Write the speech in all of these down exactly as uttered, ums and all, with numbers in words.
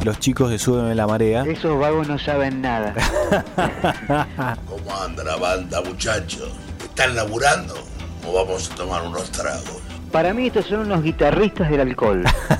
los chicos de Súbeme la Marea. Esos vagos no saben nada. ¿Cómo anda la banda, muchachos? ¿Están laburando o vamos a tomar unos tragos? Para mí estos son unos guitarristas del alcohol.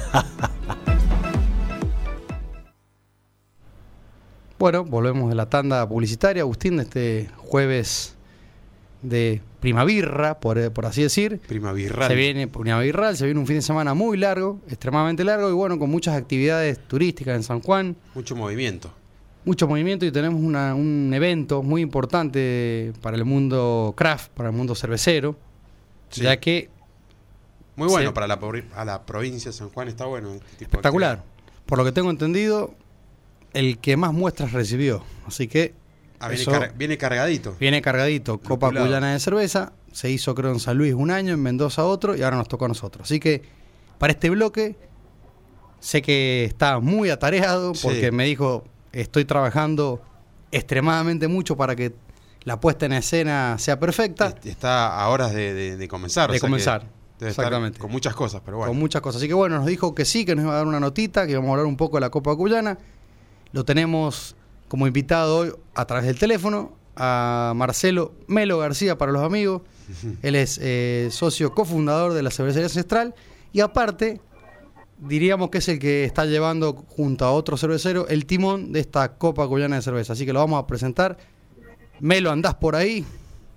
Bueno, volvemos de la tanda publicitaria, Agustín, de este jueves de primavera, por, por así decir. Primavirral. Se viene primavirral, se viene un fin de semana muy largo, extremadamente largo, y bueno, con muchas actividades turísticas en San Juan. Mucho movimiento. Mucho movimiento, y tenemos una, un evento muy importante para el mundo craft, para el mundo cervecero, sí. Ya que... Muy bueno se, para la, a la provincia de San Juan, está bueno. Este tipo espectacular. Por lo que tengo entendido, el que más muestras recibió, así que... Ah, viene, car viene cargadito. Viene cargadito. Copa Cuyana de Cerveza. Se hizo, creo, en San Luis un año, en Mendoza otro, y ahora nos tocó a nosotros. Así que, para este bloque, sé que está muy atareado, porque sí. Me dijo, estoy trabajando extremadamente mucho para que la puesta en escena sea perfecta. Está a horas de, de, de comenzar. De o sea comenzar, debe exactamente. Estar con muchas cosas, pero bueno. Con muchas cosas. Así que, bueno, nos dijo que sí, que nos iba a dar una notita, que íbamos a hablar un poco de la Copa Cuyana. Lo tenemos como invitado hoy a través del teléfono a Marcelo Melo García para los amigos. Él es eh, socio cofundador de la Cervecería Ancestral y aparte diríamos que es el que está llevando junto a otro cervecero el timón de esta Copa Cuyana de Cerveza. Así que lo vamos a presentar. Melo, ¿andás por ahí?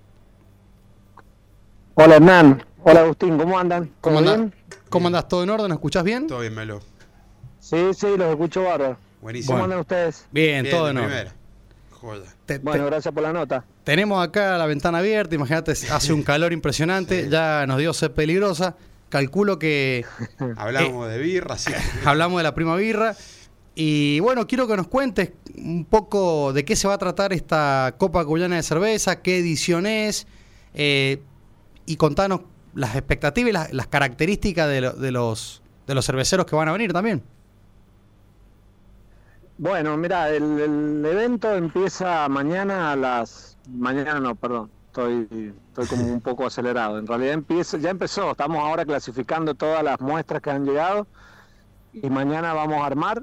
Hola Hernán, hola Agustín, ¿cómo andan? ¿Cómo andás? ¿Cómo andás? ¿Todo en orden? ¿Nos escuchás bien? Todo bien, Melo. Sí, sí, los escucho bárbaro. Buenísimo. ¿Cómo andan ustedes? Bien, bien todo en orden. Joder. Te, bueno, te, gracias por la nota. Tenemos acá la ventana abierta, imagínate, hace un calor impresionante, sí. Ya nos dio sed peligrosa. Calculo que... Hablamos eh, de birra, sí. Hablamos de la prima birra. Y bueno, quiero que nos cuentes un poco de qué se va a tratar esta Copa Cuyana de Cerveza, qué edición es, eh, y contanos las expectativas y las, las características de, lo, de, los, de los cerveceros que van a venir también. Bueno, mira, el, el evento empieza mañana a las... Mañana no, perdón, estoy, estoy como un poco acelerado. En realidad empieza, ya empezó, estamos ahora clasificando todas las muestras que han llegado y mañana vamos a armar.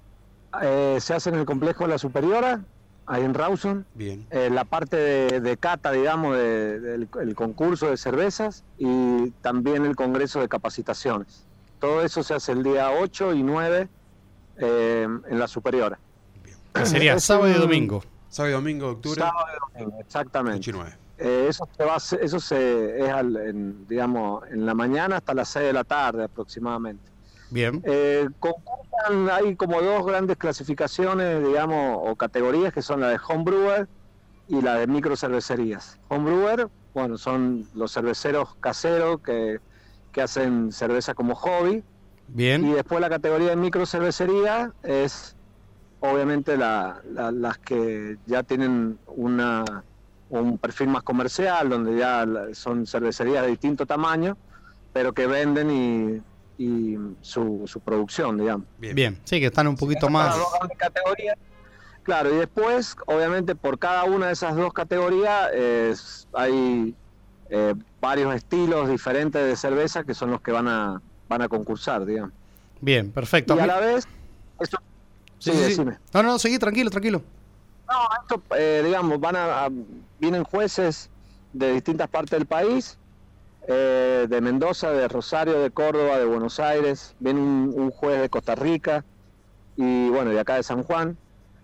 Eh, se hace en el complejo de la Superiora, ahí en Rawson. Bien. Eh, la parte de, de cata, digamos, de, de, del el concurso de cervezas y también el congreso de capacitaciones. Todo eso se hace el día ocho y nueve eh, en la Superiora. Bien. Sería es sábado un, y domingo. Sábado y domingo de octubre. Sábado y domingo, exactamente. ocho y nueve. Eh, eso se va a hacer, eso se es al, en, digamos, en la mañana hasta las seis de la tarde aproximadamente. Bien. Eh, concursan, hay como dos grandes clasificaciones, digamos, o categorías, que son la de homebrewer y la de microcervecerías. Homebrewer, bueno, son los cerveceros caseros que, que hacen cerveza como hobby. Bien. Y después la categoría de microcervecería es, obviamente, la, la, las que ya tienen una, un perfil más comercial, donde ya son cervecerías de distinto tamaño, pero que venden y... y su, su producción, digamos. Bien. Bien, sí, que están un poquito sí, más... Categorías. Claro, y después, obviamente, por cada una de esas dos categorías eh, hay eh, varios estilos diferentes de cerveza que son los que van a van a concursar, digamos. Bien, perfecto. Y a la vez... Eso, sí, sí, sí. No, no, seguí, tranquilo, tranquilo. No, esto, eh, digamos, van a, a vienen jueces de distintas partes del país, Eh, de Mendoza, de Rosario, de Córdoba, de Buenos Aires, viene un, un juez de Costa Rica y bueno, de acá de San Juan,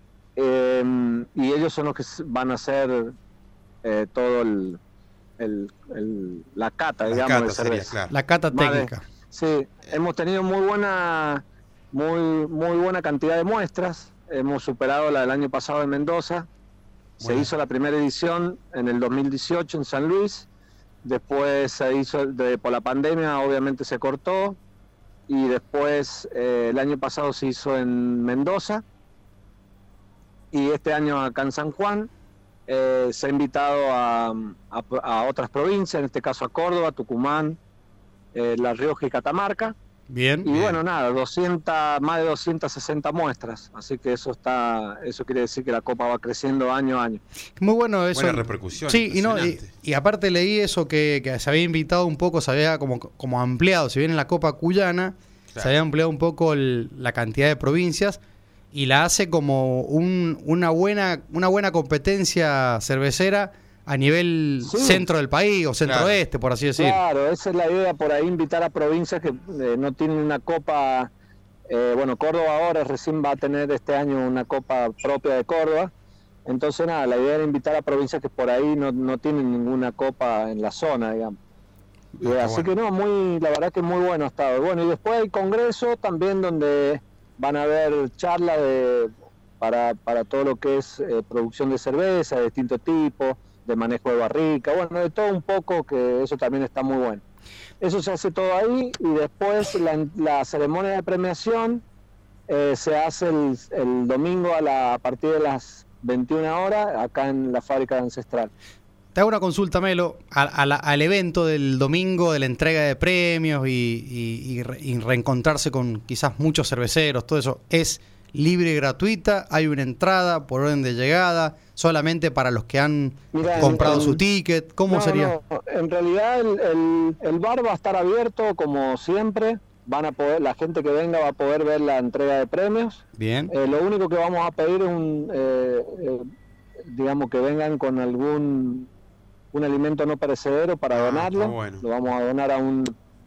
eh, y ellos son los que van a hacer eh, todo el, el, el la cata, la digamos, cata de cerveza. Sería, claro. La cata técnica. De, sí, hemos tenido muy buena, muy, muy buena cantidad de muestras, hemos superado la del año pasado en Mendoza, bueno. Se hizo la primera edición en el dos mil dieciocho en San Luis. Después se hizo, de, por la pandemia obviamente se cortó, y después eh, el año pasado se hizo en Mendoza, y este año acá en San Juan. Eh, se ha invitado a, a, a otras provincias, en este caso a Córdoba, Tucumán, eh, La Rioja y Catamarca. Bien. Y bien. bueno, nada, doscientas, más de doscientas sesenta muestras, así que eso está, eso quiere decir que la Copa va creciendo año a año. Muy bueno eso. Buena repercusión. Sí, y, no, y, y aparte leí eso que, que se había invitado un poco, se había como, como ampliado, si bien en la Copa Cuyana, claro, se había ampliado un poco el, la cantidad de provincias, y la hace como un, una buena una buena competencia cervecera a nivel Sí. centro del país o centro-oeste, por así decir. Claro, esa es la idea, por ahí invitar a provincias que eh, no tienen una copa. Eh, bueno, Córdoba ahora recién va a tener este año una copa propia de Córdoba. Entonces, nada, la idea era invitar a provincias que por ahí no, no tienen ninguna copa en la zona, digamos. Y, Está así bueno. que no, muy, la verdad que muy bueno ha estado. Bueno, y después hay congreso también donde van a haber charlas de, para, para todo lo que es eh, producción de cerveza, de distintos tipos, de manejo de barrica, bueno, de todo un poco, que eso también está muy bueno. Eso se hace todo ahí y después la, la ceremonia de premiación eh, se hace el, el domingo a, la, a partir de las veintiuna horas acá en la fábrica de Ancestral. Te hago una consulta, Melo, a, a la, al evento del domingo de la entrega de premios y, y, y, re, y reencontrarse con quizás muchos cerveceros, todo eso, ¿es libre y gratuita? ¿Hay una entrada por orden de llegada? ¿Solamente para los que han Mirá, comprado en- su ticket? ¿Cómo No, sería? no, en realidad el, el, el bar va a estar abierto como siempre. Van a poder, la gente que venga va a poder ver la entrega de premios. Bien, Eh, lo único que vamos a pedir es un, eh, eh, digamos que vengan con algún un alimento no perecedero para Ah, donarlo. está bueno. Lo vamos a donar a un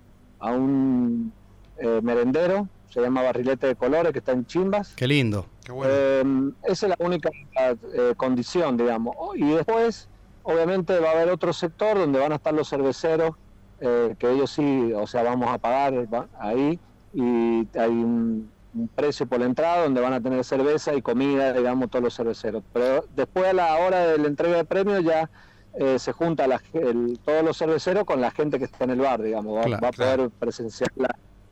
a un eh, merendero, se llama Barrilete de Colores, que está en Chimbas. qué lindo. Qué bueno. Eh, esa es la única eh, condición, digamos. Oh, y después, obviamente, va a haber otro sector donde van a estar los cerveceros, eh, que ellos sí, o sea, vamos a pagar va, ahí, y hay un, un precio por la entrada donde van a tener cerveza y comida, digamos, todos los cerveceros. Pero después, a la hora de la entrega de premios, ya eh, se junta la, el, todos los cerveceros con la gente que está en el bar, digamos. Va, Claro, va a poder claro. presenciar la,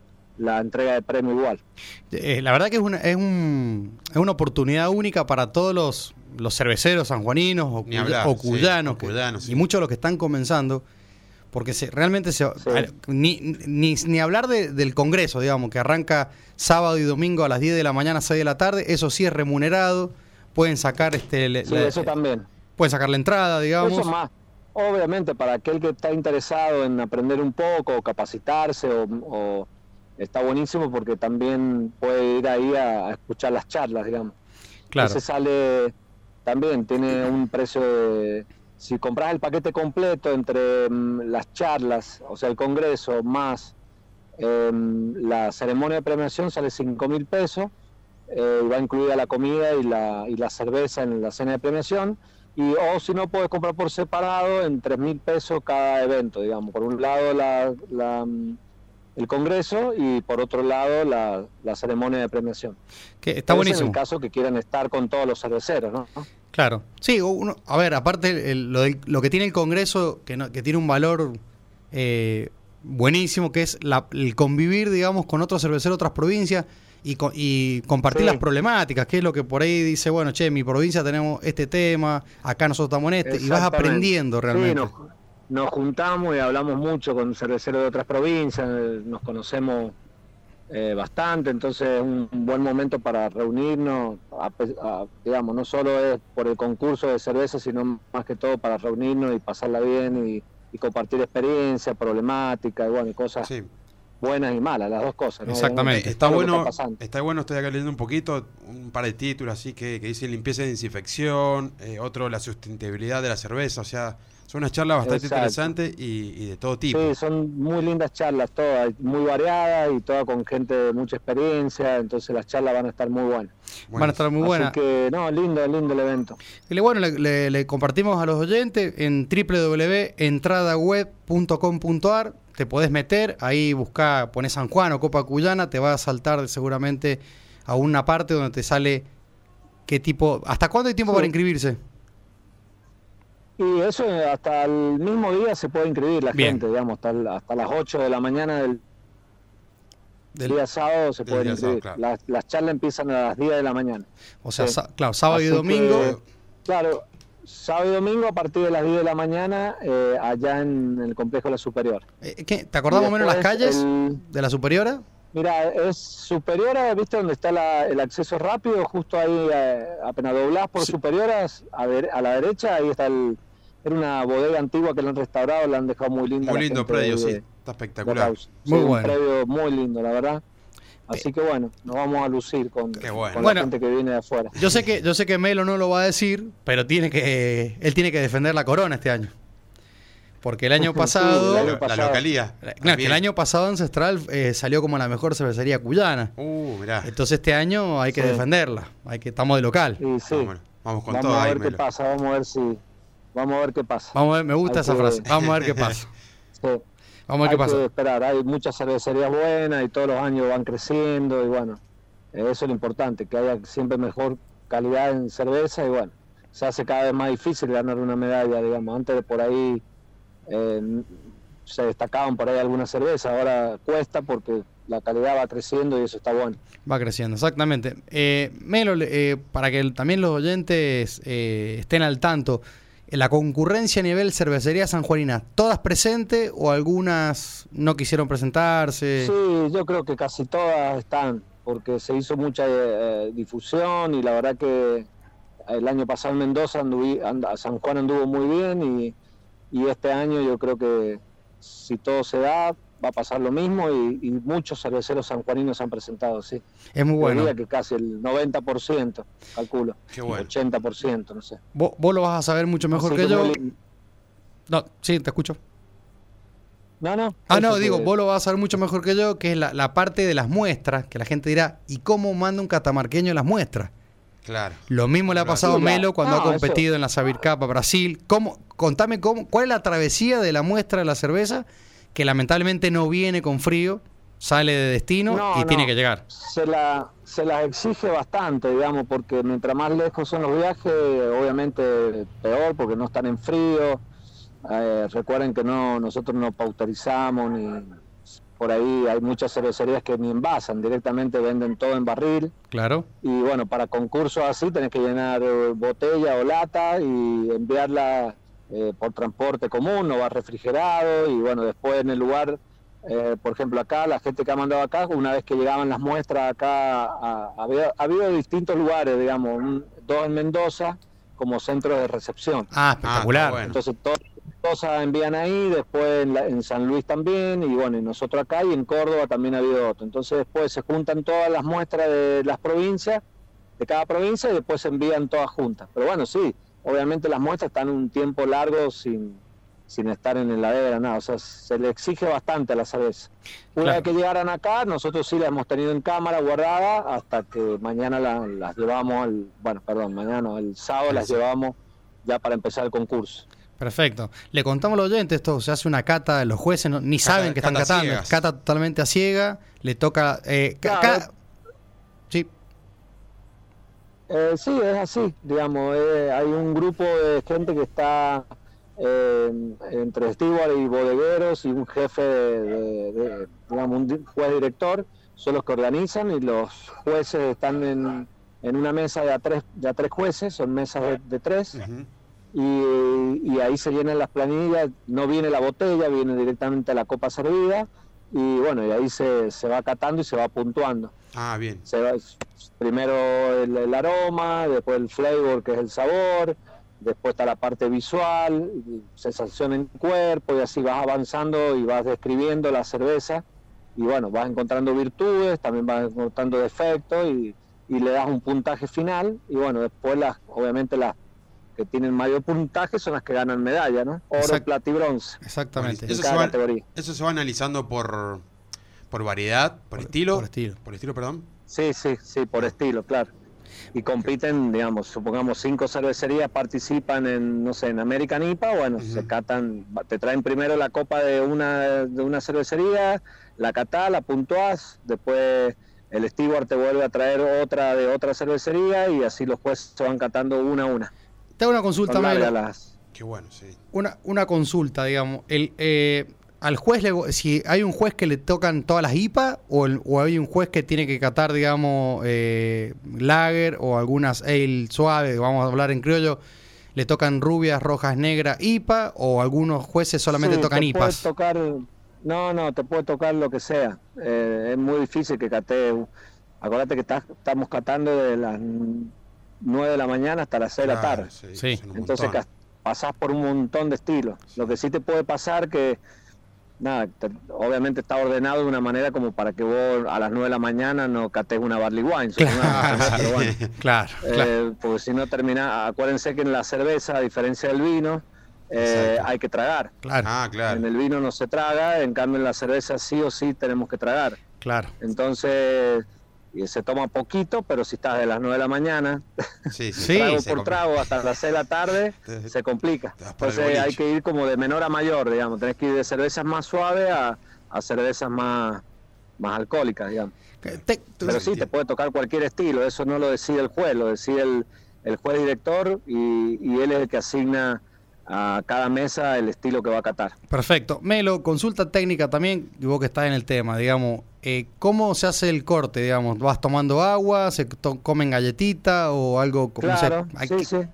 la entrega de premio igual. Eh, la verdad que es una, es, un, es una oportunidad única para todos los, los cerveceros sanjuaninos o, Ni cuya- hablar, o sí, cuyanos, o que- cuyanos, sí. y muchos de los que están comenzando, porque se, realmente se, Sí. a- ni, ni, ni hablar de- del Congreso, digamos, que arranca sábado y domingo a las diez de la mañana, seis de la tarde, eso sí es remunerado, pueden sacar este le- Sí, la- eso también. pueden sacar la entrada, digamos. Eso más, obviamente, para aquel que está interesado en aprender un poco, o capacitarse, o, o está buenísimo porque también puede ir ahí a, a escuchar las charlas, digamos. Claro. Ese sale también, tiene un precio de... Si compras el paquete completo entre mm, las charlas, o sea, el congreso, más em, la ceremonia de premiación, sale cinco mil pesos. Eh, y va incluida la comida y la, y la cerveza en la cena de premiación. Y, o si no, puedes comprar por separado en tres mil pesos cada evento, digamos. Por un lado la, la, mm, el congreso y por otro lado la, la ceremonia de premiación. Que está Ese buenísimo. En el caso que quieran estar con todos los cerveceros, ¿no? Claro. Sí, uno, a ver, aparte el- lo, del- lo que tiene el Congreso, que, no- que tiene un valor eh, buenísimo, que es la- el convivir, digamos, con otros cerveceros de otras provincias y, co- y compartir Sí. las problemáticas, que es lo que por ahí dice, bueno, che, en mi provincia tenemos este tema, acá nosotros estamos en este, y vas Exactamente. aprendiendo realmente. Sí, nos, nos juntamos y hablamos mucho con cerveceros de otras provincias, eh, nos conocemos eh, bastante, entonces es un, un buen momento para reunirnos, a pe- a- digamos, no solo es por el concurso de cerveza, sino más que todo para reunirnos y pasarla bien y, y compartir experiencia, problemática, y bueno, y cosas Sí. buenas y malas, las dos cosas, ¿no? Exactamente. Eh, Está Todo lo que bueno, está pasando. está bueno, estoy acá leyendo un poquito, un par de títulos así que, que dice limpieza y desinfección, eh, otro la sustentabilidad de la cerveza, o sea, son unas charlas bastante Exacto. interesantes y, y de todo tipo. Sí, son muy lindas charlas todas, muy variadas y todas con gente de mucha experiencia, entonces las charlas van a estar muy buenas. Van a estar muy Así buenas. que, no, lindo, lindo el evento. Y le- bueno, le, le- le compartimos a los oyentes en doble u doble u doble u punto entrada web punto com punto a r. Te podés meter, ahí buscá, ponés San Juan o Copa Cuyana, te va a saltar seguramente a una parte donde te sale qué tipo, ¿hasta cuándo hay tiempo Sí. para inscribirse? Y eso eh, hasta el mismo día se puede inscribir la Bien. gente, digamos, hasta, el- hasta las ocho de la mañana del Del- día sábado se del puede día sábado, inscribir. claro. Las, las charlas empiezan a las diez de la mañana. o sea, sí. sa- claro, sábado y Así domingo. que, claro, sábado y domingo a partir de las diez de la mañana eh, allá en el complejo de la Superior. Eh, ¿qué? ¿Te acordás Y más o menos las después calles el- de la Superiora? Mira, es Superiora, ¿viste donde está la- el acceso rápido? Justo ahí, eh, apenas doblás por Sí. Superioras, a, ver, a la derecha, ahí está el... Era una bodega antigua que la han restaurado, la han dejado muy linda. Muy la lindo gente predio, de- sí, de- está de espectacular. Raus. Muy Sí, bueno. Un predio muy lindo, la verdad. Así que bueno, nos vamos a lucir con, Qué bueno. con Bueno. la gente que viene de afuera. Yo sé que, yo sé que Melo no lo va a decir, pero tiene que, él tiene que defender la corona este año. Porque el año Sí, pasado, el año La, la pasado. localía. no, es que el También. año pasado Ancestral eh, salió como la mejor cervecería cuyana. Uh, mirá. Entonces este año hay que Sí. defenderla, hay que estamos de local. Y sí, Vamos, vamos con vamos todo a ahí, ver qué Melo. pasa, vamos a ver si, vamos a ver qué pasa. Vamos a ver, me gusta Hay esa que- frase. Vamos a ver qué pasa. Sí. Vamos a ver qué Hay pasa. que esperar, hay muchas cervecerías buenas y todos los años van creciendo y bueno, eh, eso es lo importante, que haya siempre mejor calidad en cerveza y bueno, se hace cada vez más difícil ganar una medalla, digamos, antes de por ahí eh, se destacaban por ahí algunas cervezas, ahora cuesta porque la calidad va creciendo y eso está bueno. Va creciendo, exactamente. Eh, Melo, eh, para que el- también los oyentes eh, estén al tanto, la concurrencia a nivel cervecería sanjuanina, ¿todas presentes o algunas no quisieron presentarse? Sí, yo creo que casi todas están, porque se hizo mucha eh, difusión y la verdad que el año pasado en Mendoza anduvi, and, San Juan anduvo muy bien y, y este año yo creo que si todo se da va a pasar lo mismo y, y muchos cerveceros sanjuaninos se han presentado, sí. Es muy bueno. Yo diría que casi el noventa por ciento, calculo, Qué bueno. ochenta por ciento, no sé. Vos, vos lo vas a saber mucho mejor Así que yo. muy lin- No, sí, te escucho. No, no. Ah, eso no, que- digo, vos lo vas a saber mucho mejor que yo, que es la, la parte de las muestras, que la gente dirá, ¿y cómo manda un catamarqueño las muestras? Claro. Lo mismo le ha Claro. pasado a Sí, la- Melo cuando no, ha competido eso- en la Sabir Cup a Brasil. ¿Cómo, contame cómo, cuál es la travesía de la muestra de la cerveza que lamentablemente no viene con frío, sale de destino No, y no. tiene que llegar? Se la se las exige bastante, digamos, porque mientras más lejos son los viajes, obviamente peor, porque no están en frío. Eh, recuerden que no nosotros no pauterizamos, ni por ahí hay muchas cervecerías que ni envasan, directamente venden todo en barril. Claro. Y bueno, para concursos así tenés que llenar eh, botella o lata y enviarla eh, por transporte común, no va refrigerado. Y bueno, después en el lugar, eh, por ejemplo acá, la gente que ha mandado acá, una vez que llegaban las muestras acá, a- había, ha habido distintos lugares, digamos, un- dos en Mendoza como centros de recepción. Ah, espectacular. Ah, está bueno. Entonces todas las cosas envían ahí, después en, la- en San Luis también, y bueno, y nosotros acá y en Córdoba también ha habido otro. Entonces después se juntan todas las muestras de las provincias, de cada provincia, y después se envían todas juntas. Pero bueno, sí, obviamente las muestras están un tiempo largo sin, sin estar en heladera, nada, o sea, se le exige bastante a la cerveza. Una Claro. vez que llegaran acá, nosotros sí las hemos tenido en cámara guardada hasta que mañana la- las llevamos, al, bueno, perdón, mañana no, el sábado las llevamos ya para empezar el concurso. Perfecto. Le contamos a los oyentes, esto se hace una cata, los jueces no- ni Cata- saben que están cata catando. ciegas. Cata totalmente a ciega, le toca... Eh, ca- Claro. ca- sí, Eh, sí, es así, digamos, eh, hay un grupo de gente que está eh, entre steward y bodegueros y un jefe, de, de- de- digamos, un di- juez director, son los que organizan y los jueces están en, en una mesa de a tres, de a tres jueces, son mesas de, de tres, Ujú. y, y ahí se llenan las planillas, no viene la botella, viene directamente la copa servida, y bueno, y ahí se, se va catando y se va puntuando. Ah, bien. Se va, primero el, el aroma, después el flavor, que es el sabor, después está la parte visual, sensación en cuerpo, y así vas avanzando y vas describiendo la cerveza, y bueno, vas encontrando virtudes, también vas encontrando defectos, y, y le das un puntaje final, y bueno, después las, obviamente las que tienen mayor puntaje son las que ganan medalla, ¿no? Oro, Exacto. plata y bronce, exactamente. en Eso cada se va- categoría. Eso se va analizando por, por variedad, por, estilo. por estilo. Por estilo, perdón. Sí, sí, sí, por estilo, claro. Y compiten, digamos, supongamos cinco cervecerías participan en, no sé, en American I P A, bueno, Ujú. se catan, te traen primero la copa de una de una cervecería, la catás, la puntuás, después el steward te vuelve a traer otra de otra cervecería y así los jueces se van catando una a una. Te hago una consulta, Son largas Melo. las... Qué bueno, sí. Una, una consulta, digamos. El, eh, al juez, le, si hay un juez que le tocan todas las I P A o, el- o hay un juez que tiene que catar, digamos, eh, lager o algunas ale suaves, vamos a hablar en criollo, le tocan rubias, rojas, negras, I P A o algunos jueces solamente Sí, tocan te puede I P As. tocar, no, no, te puede tocar lo que sea. Eh, es muy difícil que catee. Acuérdate que estás- estamos catando de las nueve de la mañana hasta las seis de la Claro, tarde. Sí. son un Entonces montón. cas- pasás por un montón de estilos. Lo que sí te puede pasar que nada, te- obviamente está ordenado de una manera como para que vos a las nueve de la mañana no cates una barley wine, supongamos, pero bueno, Claro, claro. eh, porque si no termina, acuérdense que en la cerveza, a diferencia del vino, eh, Exacto. hay que tragar. Claro, Ah, claro. En el vino no se traga, en cambio en la cerveza sí o sí tenemos que tragar. claro. Entonces, y se toma poquito, pero si estás de las nueve de la mañana, Sí, Sí. trago se por come. trago hasta las seis de la tarde, Te- se complica. te vas para el Entonces hay boliche. que ir como de menor a mayor, digamos. Tenés que ir de cervezas más suaves a, a cervezas más, más alcohólicas, digamos. Te- te- Pero sí, te puede tocar cualquier estilo, eso no lo decide el juez, lo decide el, el juez director y, y él es el que asigna a cada mesa el estilo que va a catar. Perfecto. Melo, consulta técnica también, y vos que estás en el tema, digamos, eh, ¿cómo se hace el corte, digamos? ¿Vas tomando agua, se to- comen galletita o algo como no sé, Claro, hay sí, que- sí.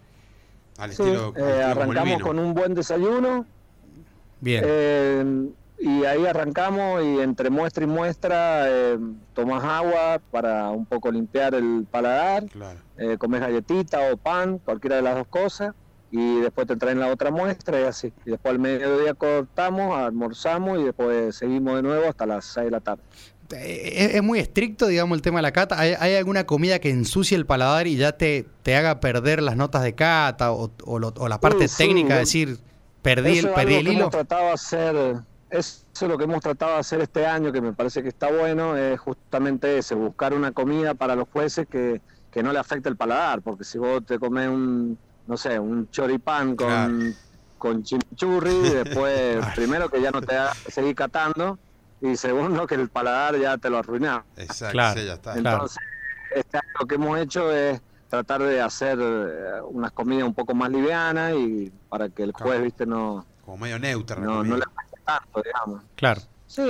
Al sí. estilo, al Eh, estilo como el arrancamos vino. con un buen desayuno. Bien, Eh, y ahí arrancamos y entre muestra y muestra eh, tomas agua para un poco limpiar el paladar, Claro. eh, comes galletita o pan, cualquiera de las dos cosas, y después te traen la otra muestra y así. Y después al mediodía cortamos, almorzamos y después seguimos de nuevo hasta las seis de la tarde. Eh, es, es muy estricto, digamos, el tema de la cata. ¿Hay, hay alguna comida que ensucie el paladar y ya te, te haga perder las notas de cata o, o lo- o la parte Sí, sí, técnica, yo- es decir, perdí Eso el, es perdí algo el que hilo? hemos tratado de hacer, eso es lo que hemos tratado de hacer este año, que me parece que está bueno, es justamente ese, buscar una comida para los jueces que, que no le afecte el paladar, porque si vos te comes un, no sé, un choripán con, Claro. con chimichurri, después, primero que ya no te haga seguir catando, y segundo que el paladar ya te lo arruinaba. Exacto, Claro. sí, ya está. Claro. Entonces, este año lo que hemos hecho es tratar de hacer eh, unas comidas un poco más livianas y para que el juez, Claro. viste, no, Como medio neutra la no, no comida. le afecte tanto, digamos. Claro. Sí,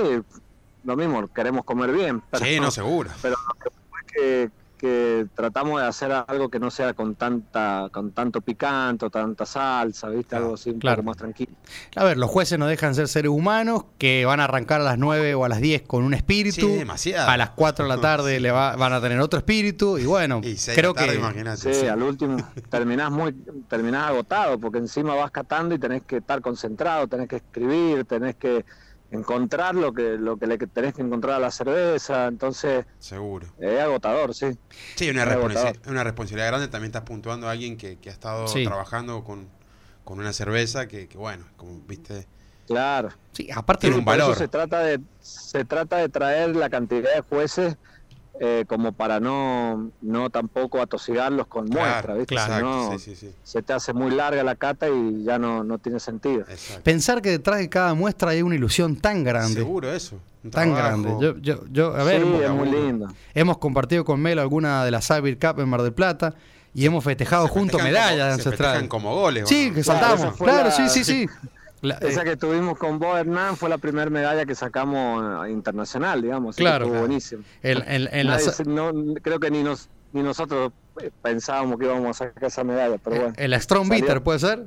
lo mismo, queremos comer bien, pero, Sí, no, seguro. pero lo que pasa es que, que tratamos de hacer algo que no sea con tanta con tanto picante o tanta salsa, ¿viste? Claro, Algo así un claro. poco más tranquilo. A ver, los jueces no dejan ser seres humanos que van a arrancar a las nueve o a las diez con un espíritu. Sí, demasiado. A las cuatro de la tarde le va- van a tener otro espíritu. Y bueno, Y seis creo de la tarde, que. imagínate. Sí, sí. al último terminás muy terminás agotado porque encima vas catando y tenés que estar concentrado, tenés que escribir, tenés que encontrar lo que lo que le tenés que encontrar a la cerveza, entonces Seguro. es agotador, sí. Sí, una, Es responsabilidad, agotador. una responsabilidad grande. También estás puntuando a alguien que, que ha estado Sí. trabajando con, con una cerveza que, que, bueno, como viste, Claro. Sí, aparte Tiene de un Por eso valor. se trata de se trata de traer la cantidad de jueces eh, como para no no tampoco atosigarlos con muestras, ¿viste? claro. Si Exacto, no, sí, sí, sí. se te hace muy larga la cata y ya no, no tiene sentido. Exacto. pensar que detrás de cada muestra hay una ilusión tan grande. Seguro eso. Un Tan trabajo. grande. Yo, yo, yo, a ver, sí, hemos, es muy laburo. lindo. hemos compartido con Melo alguna de las Cyber Cup en Mar del Plata y hemos festejado Se juntos festejan medallas como- se ancestrales. festejan como goles. ¿o Sí, no? que Claro, saltamos. esa fue Claro, la- sí, sí, sí. La- Esa eh, que tuvimos con Bo Hernán fue la primera medalla que sacamos eh, internacional, digamos. Así Claro. que estuvo Claro. buenísimo. en, en- en la, Nadie se- no, creo que ni nos ni nosotros eh, pensábamos que íbamos a sacar esa medalla, pero bueno. en la Strong salió. Bitter, ¿puede ser?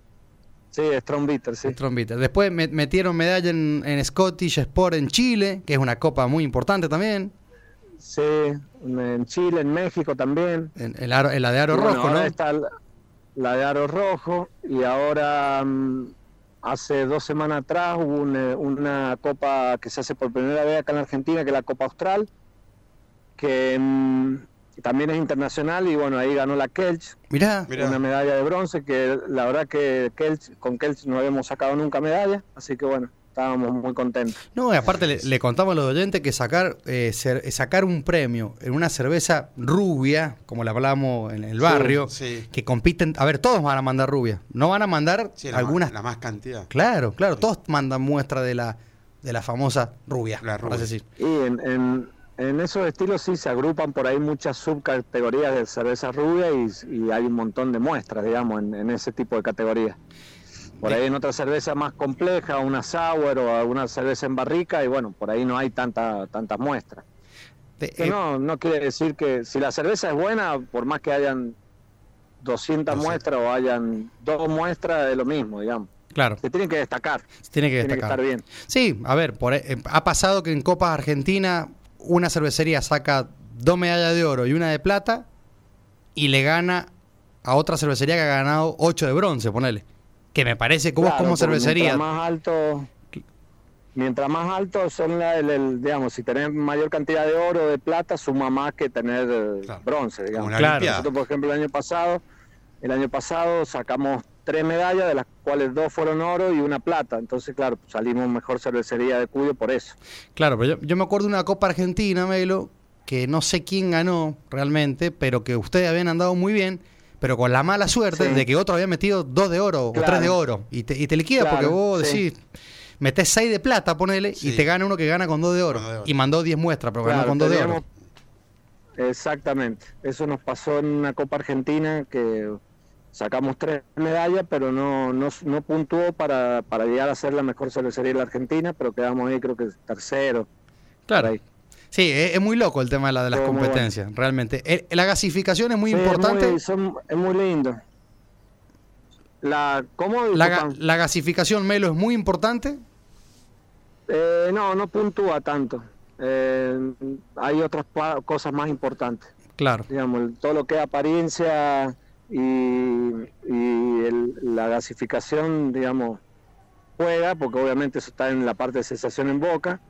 Sí, Strong Bitter, sí. Strong Bitter. Después me- metieron medalla en, en Scottish Sport en Chile, que es una copa muy importante también. Sí, en Chile, en México también. En, en la, en la de Aro Y bueno, Rojo, ahora ¿no? está la, la de Aro Rojo y ahora mm, hace dos semanas atrás hubo una, una copa que se hace por primera vez acá en Argentina, que es la Copa Austral, que mm, también es internacional y bueno, ahí ganó la Kelch, Mirá, Mirá. una medalla de bronce, que la verdad que Kelch, con Kelch no habíamos sacado nunca medalla, así que bueno, estábamos muy contentos. no, y aparte le, le contamos a los oyentes que sacar, eh, cer- sacar un premio en una cerveza rubia, como la hablamos en el barrio, Sí. que compiten, a ver, todos van a mandar rubia, no van a mandar Sí, la, algunas, más, la más cantidad. claro, claro, todos mandan muestra de la de la famosa rubia, La por rubia. así decir. Y en, en, en esos estilos sí se agrupan por ahí muchas subcategorías de cerveza rubia y, y hay un montón de muestras, digamos, en, en ese tipo de categorías. Por ahí en otra cerveza más compleja, una sour o alguna cerveza en barrica, y bueno, por ahí no hay tanta, tantas muestras. De- Que eh, no, no quiere decir que si la cerveza es buena, por más que hayan doscientas No sé. muestras o hayan dos muestras, es lo mismo, digamos. claro, Se tienen que destacar, tiene que tiene que destacar. estar bien. Sí, a ver, por, eh, ha pasado que en Copas Argentina una cervecería saca dos medallas de oro y una de plata y le gana a otra cervecería que ha ganado ocho de bronce, ponele. Que me parece que vos Claro, como porque cervecería, mientras más alto, mientras más altos son la, el, el, digamos, si tenés mayor cantidad de oro o de plata, suma más que tener eh, Claro. bronce, digamos. Como la Claro. Olimpiada. Nosotros, por ejemplo, el año pasado, el año pasado sacamos tres medallas, de las cuales dos fueron oro y una plata. Entonces, claro, salimos mejor cervecería de Cuyo por eso. Claro, pero yo, yo me acuerdo de una Copa Argentina, Melo, que no sé quién ganó realmente, pero que ustedes habían andado muy bien, pero con la mala suerte Sí. de que otro había metido dos de oro Claro. o tres de oro. Y te, y te liquida Claro, porque vos sí. decís, metés seis de plata, ponele, Sí. y te gana uno que gana con dos de oro. Con dos de oro. Y mandó diez muestras, pero ganó Claro, con dos de teníamos- oro. Exactamente. Eso nos pasó en una Copa Argentina que sacamos tres medallas, pero no, no, no puntuó para, para llegar a ser la mejor cervecería de la Argentina, pero quedamos ahí creo que tercero. Claro. por ahí. Sí, es, es muy loco el tema de, la, de las Todo muy competencias, realmente. El- la gasificación es muy Sí, importante. Es muy, son- es muy lindo. La, ¿Cómo? La, ga- Disculpa. la gasificación, Melo, es muy importante. Eh, no, no puntúa tanto. Eh, hay otras pa- cosas más importantes. Claro. Digamos, el- todo lo que es apariencia y, y el- la gasificación, digamos, juega, porque obviamente eso está en la parte de sensación en boca,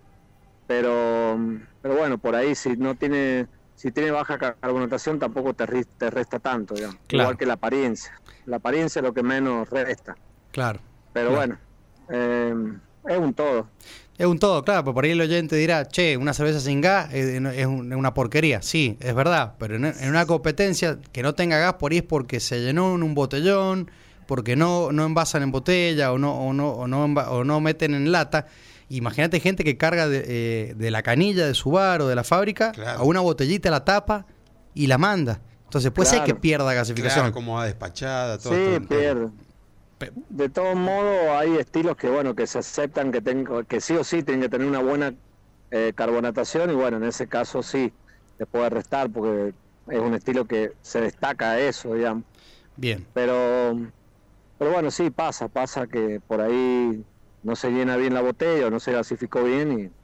pero, pero bueno, por ahí si no tiene, si tiene baja carbonatación tampoco te, ri- te resta tanto, digamos. Claro. Igual que la apariencia. La apariencia es lo que menos resta. Claro. Pero Claro. bueno, eh, es un todo. Es un todo, claro, porque por ahí el oyente dirá, che, una cerveza sin gas es, es un- es una porquería. Sí, es verdad, pero en, en una competencia que no tenga gas por ahí es porque se llenó en un botellón, porque no, no envasan en botella o no, o no, o no, enva- o no meten en lata. Imagínate gente que carga de, eh, de la canilla de su bar o de la fábrica Claro. a una botellita, la tapa y la manda. Entonces puede ser Claro. que pierda gasificación. Claro, cómo va despachada, todo. Sí, todo el tema. pierde. Pe- De todos modos, hay estilos que bueno que se aceptan que tengo, que sí o sí tienen que tener una buena eh, carbonatación y bueno, en ese caso sí le puede restar porque es un estilo que se destaca a eso, digamos. Bien. Pero, pero bueno, sí pasa, pasa que por ahí no se llena bien la botella o no se gasificó bien y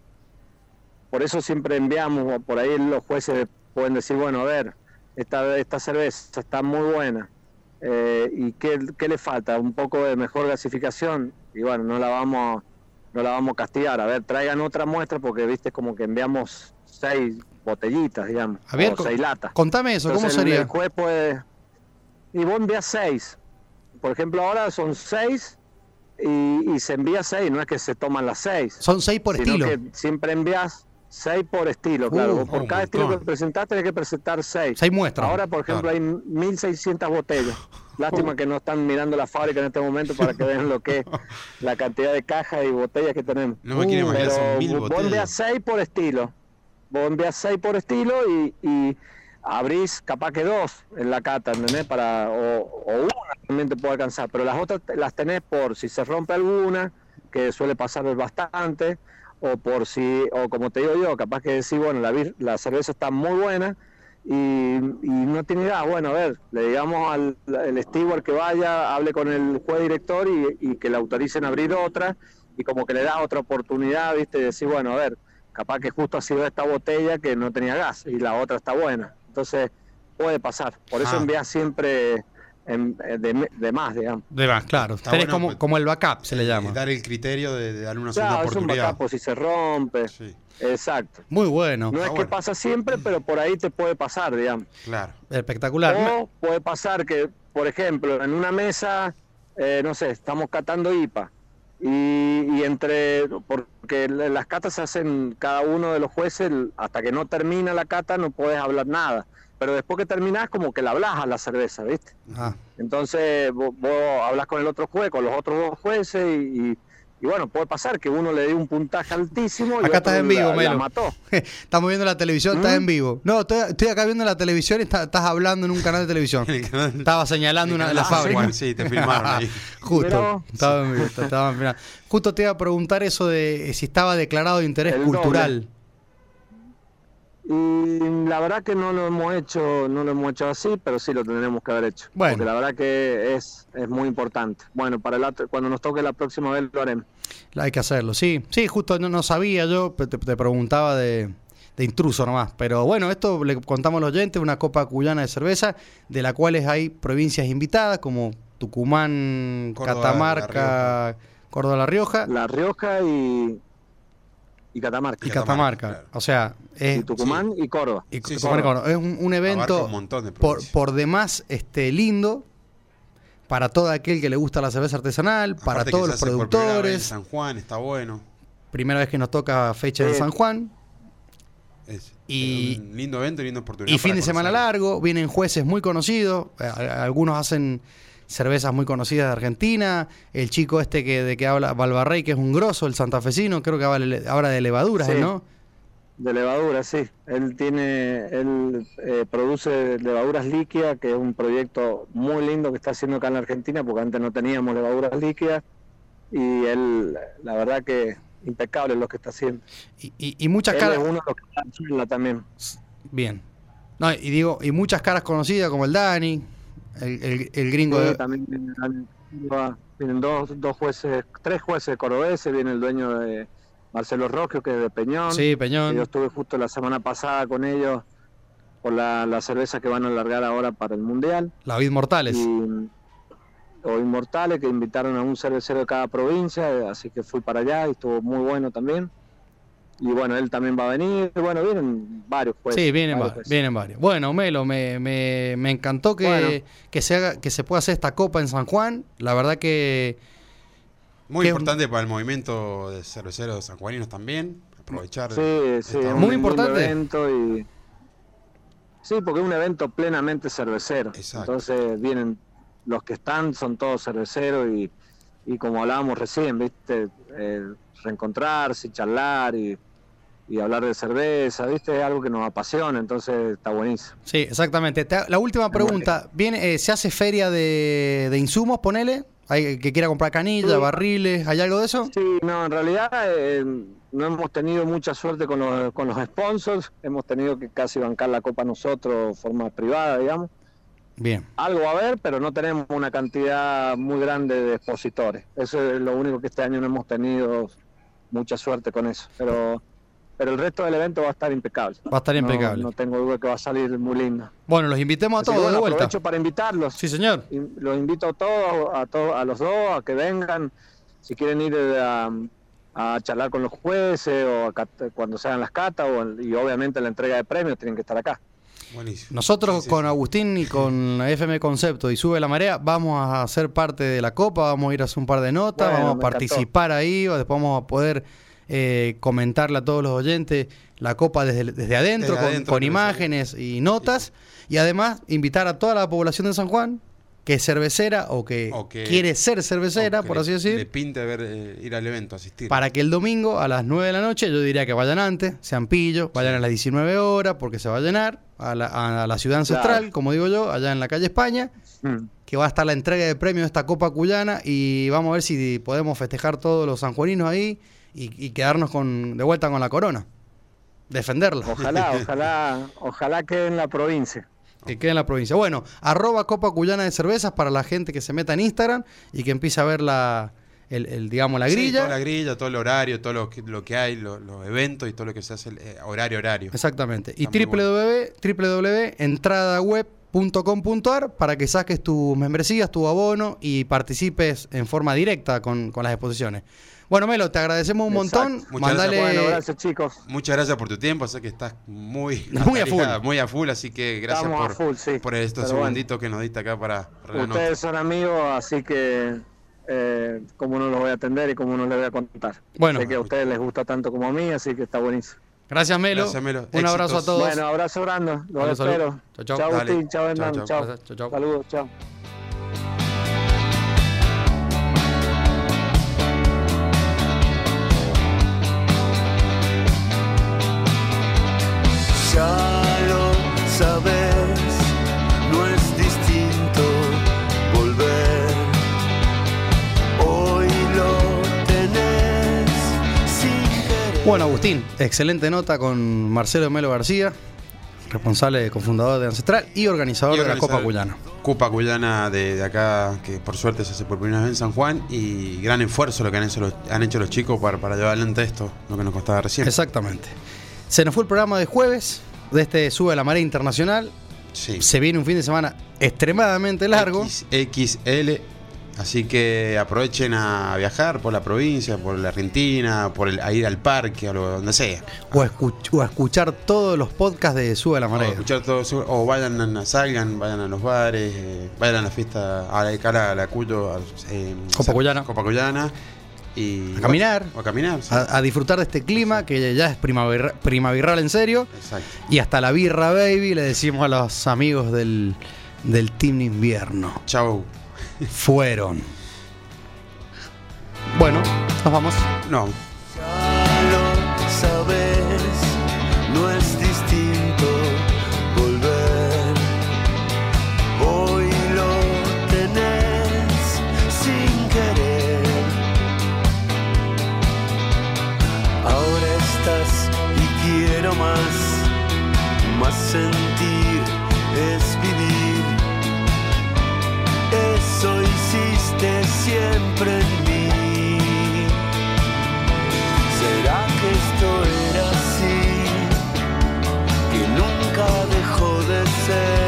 por eso siempre enviamos, por ahí los jueces pueden decir, bueno, a ver, esta, esta cerveza está muy buena. Eh, ¿Y qué, qué le falta? Un poco de mejor gasificación y bueno, no la vamos no la vamos a castigar. A ver, traigan otra muestra porque viste como que enviamos seis botellitas, digamos, A ver, o co- seis latas. Contame eso, ¿cómo Entonces, el- sería? El juez puede... Y vos envías seis. Por ejemplo, ahora son seis y, y se envía seis, no es que se toman las seis. Son seis por sino estilo. que siempre envías seis por estilo, claro. Uh, Vos por un cada estilo montón. que presentás tenés que presentar seis. Seis muestras. Ahora, por ejemplo, Claro. hay mil seiscientas botellas. Lástima que no están mirando la fábrica en este momento para que vean lo que es la cantidad de cajas y botellas que tenemos. No me quiero Uh, imaginar, son pero mil vos botellas. envías seis por estilo. Vos envías seis por estilo y, y abrís capaz que dos en la cata, ¿entendés? Para, o, o una también te puede alcanzar, pero las otras te- las tenés por si se rompe alguna, que suele pasar bastante, o por si, o como te digo yo, capaz que decís, bueno, la, vir- la cerveza está muy buena y, y no tiene gas. Bueno, a ver, le digamos al el steward que vaya, hable con el juez director y, y que le autoricen a abrir otra y como que le da otra oportunidad, ¿viste? De decir, bueno, a ver, capaz que justo ha sido esta botella que no tenía gas y la otra está buena. Entonces, puede pasar. Por eso Ah. envías siempre en- de, de más, digamos. De más, claro. Está Tenés bueno, como, pues, como el backup, se le llama. Eh, dar el criterio de, de darle una segunda Claro, es un oportunidad. backup por si se rompe. Sí, Exacto. Muy bueno. No es que bueno. pasa siempre, pero por ahí te puede pasar, digamos. claro. Espectacular. O puede pasar que, por ejemplo, en una mesa, eh, no sé, estamos catando I P A y, y entre, porque la- las catas se hacen cada uno de los jueces, hasta que no termina la cata no puedes hablar nada, pero después que terminás como que la hablas a la cerveza, ¿viste? Ah, Entonces vos, vos hablas con el otro juez, con los otros dos jueces y, y- y bueno, puede pasar que uno le dé un puntaje altísimo y Acá otro estás en vivo, la, la Melo. mató. estamos viendo la televisión, estás ¿Mm? en vivo. No, estoy, estoy acá viendo la televisión y está- estás hablando en un canal de televisión. El canal- Estaba señalando el una de canal- las Ah, fábricas. sí, te filmaron ahí. Justo. Mirá vos. Estaba en vivo, estaba en vivo. Justo te iba a preguntar eso de si estaba declarado de interés El cultural. Y la verdad que no lo hemos hecho, no lo hemos hecho así, pero sí lo tendremos que haber hecho. Bueno. Porque la verdad que es, es muy importante. Bueno, para el otro- cuando nos toque la próxima vez lo haremos. Hay que hacerlo, sí. Sí, justo no, no sabía yo, te, te preguntaba de, de intruso nomás. Pero bueno, esto le contamos a los oyentes, una copa cuyana de cerveza, de la cuales hay provincias invitadas como Tucumán, Córdoba, Catamarca, La Córdoba, La Rioja. La Rioja y, y Catamarca. Y Catamarca. Claro. O sea, es, Y Tucumán y Córdoba. y Sí, Tucumán y Córdoba. Es un, un evento Abarca un montón de por, provincias. por demás este, lindo para todo aquel que le gusta la cerveza artesanal, para Aparte que todos se los hace por primera vez en productores. San Juan está bueno. Primera vez que nos toca fecha en Sí. San Juan. Es Y- un lindo evento y linda oportunidad. Y fin para de semana conocerlo. largo, vienen jueces muy conocidos, eh, algunos hacen cervezas muy conocidas de Argentina, el chico este que de que habla, Balvarrey, que es un grosso, el santafesino, creo que habla, habla de levaduras, Sí. ¿eh, ¿no? De levadura, sí. Él tiene, él eh, produce levaduras líquidas, que es un proyecto muy lindo que está haciendo acá en la Argentina, porque antes no teníamos levaduras líquidas, y él, la verdad que impecable lo que está haciendo. Y, y- y muchas Él caras... es uno de los que está en Chile también. Bien. No, y digo, y muchas caras conocidas como el Dani, el, el- el gringo Sí, de... también vienen, vienen dos, dos jueces, tres jueces cordobeses, viene el dueño de Marcelo Rocchio, que es de Peñón. Sí, Peñón. Yo estuve justo la semana pasada con ellos por la, la cerveza que van a alargar ahora para el Mundial. La Vid Mortales. Y, o Inmortales, que invitaron a un cervecero de cada provincia, eh, así que fui para allá y estuvo muy bueno también. Y bueno, él también va a venir. Bueno, vienen varios jueces. Sí, vienen, varios va- jueces. vienen varios. Bueno, Melo, me, me, me encantó que, Bueno. que, se haga, que se pueda hacer esta copa en San Juan. La verdad que... Muy que- importante para el movimiento de cerveceros sanjuaninos también. Aprovechar. Sí, sí, esta es un Muy onda. importante. evento y... Sí, porque es un evento plenamente cervecero. Exacto. Entonces vienen, los que están son todos cerveceros y, y como hablábamos recién, ¿viste? Eh, reencontrarse, charlar y, y hablar de cerveza, ¿viste? Es algo que nos apasiona, entonces está buenísimo. Sí, exactamente. Te- La última pregunta. ¿Viene, eh, ¿Se hace feria de, de insumos, ponele? ¿Hay que quiera comprar canillas, Sí. barriles? ¿Hay algo de eso? Sí, no, en realidad eh, no hemos tenido mucha suerte con los, con los sponsors, hemos tenido que casi bancar la copa nosotros de forma privada, digamos. Bien. Algo va a haber, pero no tenemos una cantidad muy grande de expositores. Eso es lo único que este año no hemos tenido mucha suerte con eso. Pero, pero el resto del evento va a estar impecable. Va a estar No- impecable. No, tengo duda que va a salir muy lindo. Bueno, los invitemos a Así que, todos bueno, de vuelta. aprovecho para invitarlos. Sí, señor. Y los invito a todos, a todos, a los dos, a que vengan. Si quieren ir a, a charlar con los jueces o a cat- cuando se hagan las catas o, y obviamente la entrega de premios tienen que estar acá. Buenísimo. Nosotros Sí, sí, con sí. Agustín y con la F M Concepto y Sube la Marea vamos a ser parte de la Copa, vamos a ir a hacer un par de notas, Bueno, vamos a me participar ahí, o después vamos a poder eh, comentarle a todos los oyentes la Copa desde, desde adentro, Desde con, adentro, con creo, imágenes y notas, y además invitar a toda la población de San Juan que es cervecera o que, O que- quiere ser cervecera, O que por le- así decir. Le pinte ver, eh, ir al evento, asistir. Para que el domingo a las nueve de la noche, yo diría que vayan antes, sean pillos, vayan a las diecinueve horas porque se va a llenar, a la, a la ciudad ancestral, Claro. como digo yo, allá en la calle España, Mm. que va a estar la entrega de premios de esta Copa Cuyana y vamos a ver si podemos festejar todos los sanjuaninos ahí y, y quedarnos con de vuelta con la corona, defenderla, Ojalá, ojalá, ojalá quede en la provincia. que quede en la provincia. Bueno, arroba Copa Cuyana de Cervezas para la gente que se meta en Instagram y que empiece a ver la, el, el, digamos, la Sí, grilla. toda la grilla, todo el horario, todo lo que, lo que hay, lo- los eventos y todo lo que se hace, el, eh, horario, horario. Exactamente. Y Está muy www punto entradaweb punto com punto ar para que saques tus membresías, tu abono y participes en forma directa con, con las exposiciones. Bueno, Melo, te agradecemos un Exacto. montón. Muchas Mandale, Bueno, gracias chicos. Muchas gracias por tu tiempo, sé que estás muy, Muy a atareada, full. muy a full, así que gracias Estamos a por, full, sí. por estos Pero bueno. segunditos que nos diste acá para, para la nota. Ustedes son amigos, así que eh, cómo no los voy a atender y cómo no les voy a contar. Bueno. Sé que a ustedes les gusta tanto como a mí, así que está buenísimo. gracias, Melo. Gracias, Melo. Un Éxitos. abrazo a todos. Bueno, abrazo grande, los Dale, salud. espero. Chau, chau. Chao, Dale. Agustín, chao, Hernán, Chau, chao. chau. Chau, chau. Saludos, chao. Ya lo sabes, no es distinto volver. Hoy lo tenés sin querer. Bueno, Agustín, excelente nota con Marcelo Melo García, responsable, cofundador de Ancestral y organizador Y de la organizar Copa Cuyana. Copa Cuyana de, de acá, que por suerte se hace por primera vez en San Juan, y gran esfuerzo lo que han hecho los, han hecho los chicos para, para llevar adelante esto, lo que nos costaba recién. Exactamente. Se nos fue el programa de jueves de este Sube la Marea Internacional. Sí. Se viene un fin de semana extremadamente largo. X- X L Así que aprovechen a viajar por la provincia, por la Argentina, por el, a ir al parque, a lo, donde sea. O a, escuch- o a escuchar todos los podcasts de Sube la O, Marea. escuchar todo eso, o vayan, a, salgan, vayan a los bares, eh, vayan a la fiesta, a la cara, a la Cuyo, a, eh, Copacuyana. Copacuyana. Y A caminar. O a caminar, sí. A, a disfrutar de este clima que ya es primavera, primaveral en serio. Exacto. Y hasta la birra baby le decimos a los amigos del, del Team Invierno. Chau. Fueron. Bueno, nos vamos. No. Ya lo sabes, no es distinto volver. Hoy lo tenés sin querer. Ahora estás y quiero más, más sentir es vivir. Eso hiciste siempre en mí. ¿Será que esto era así? Que nunca dejó de ser.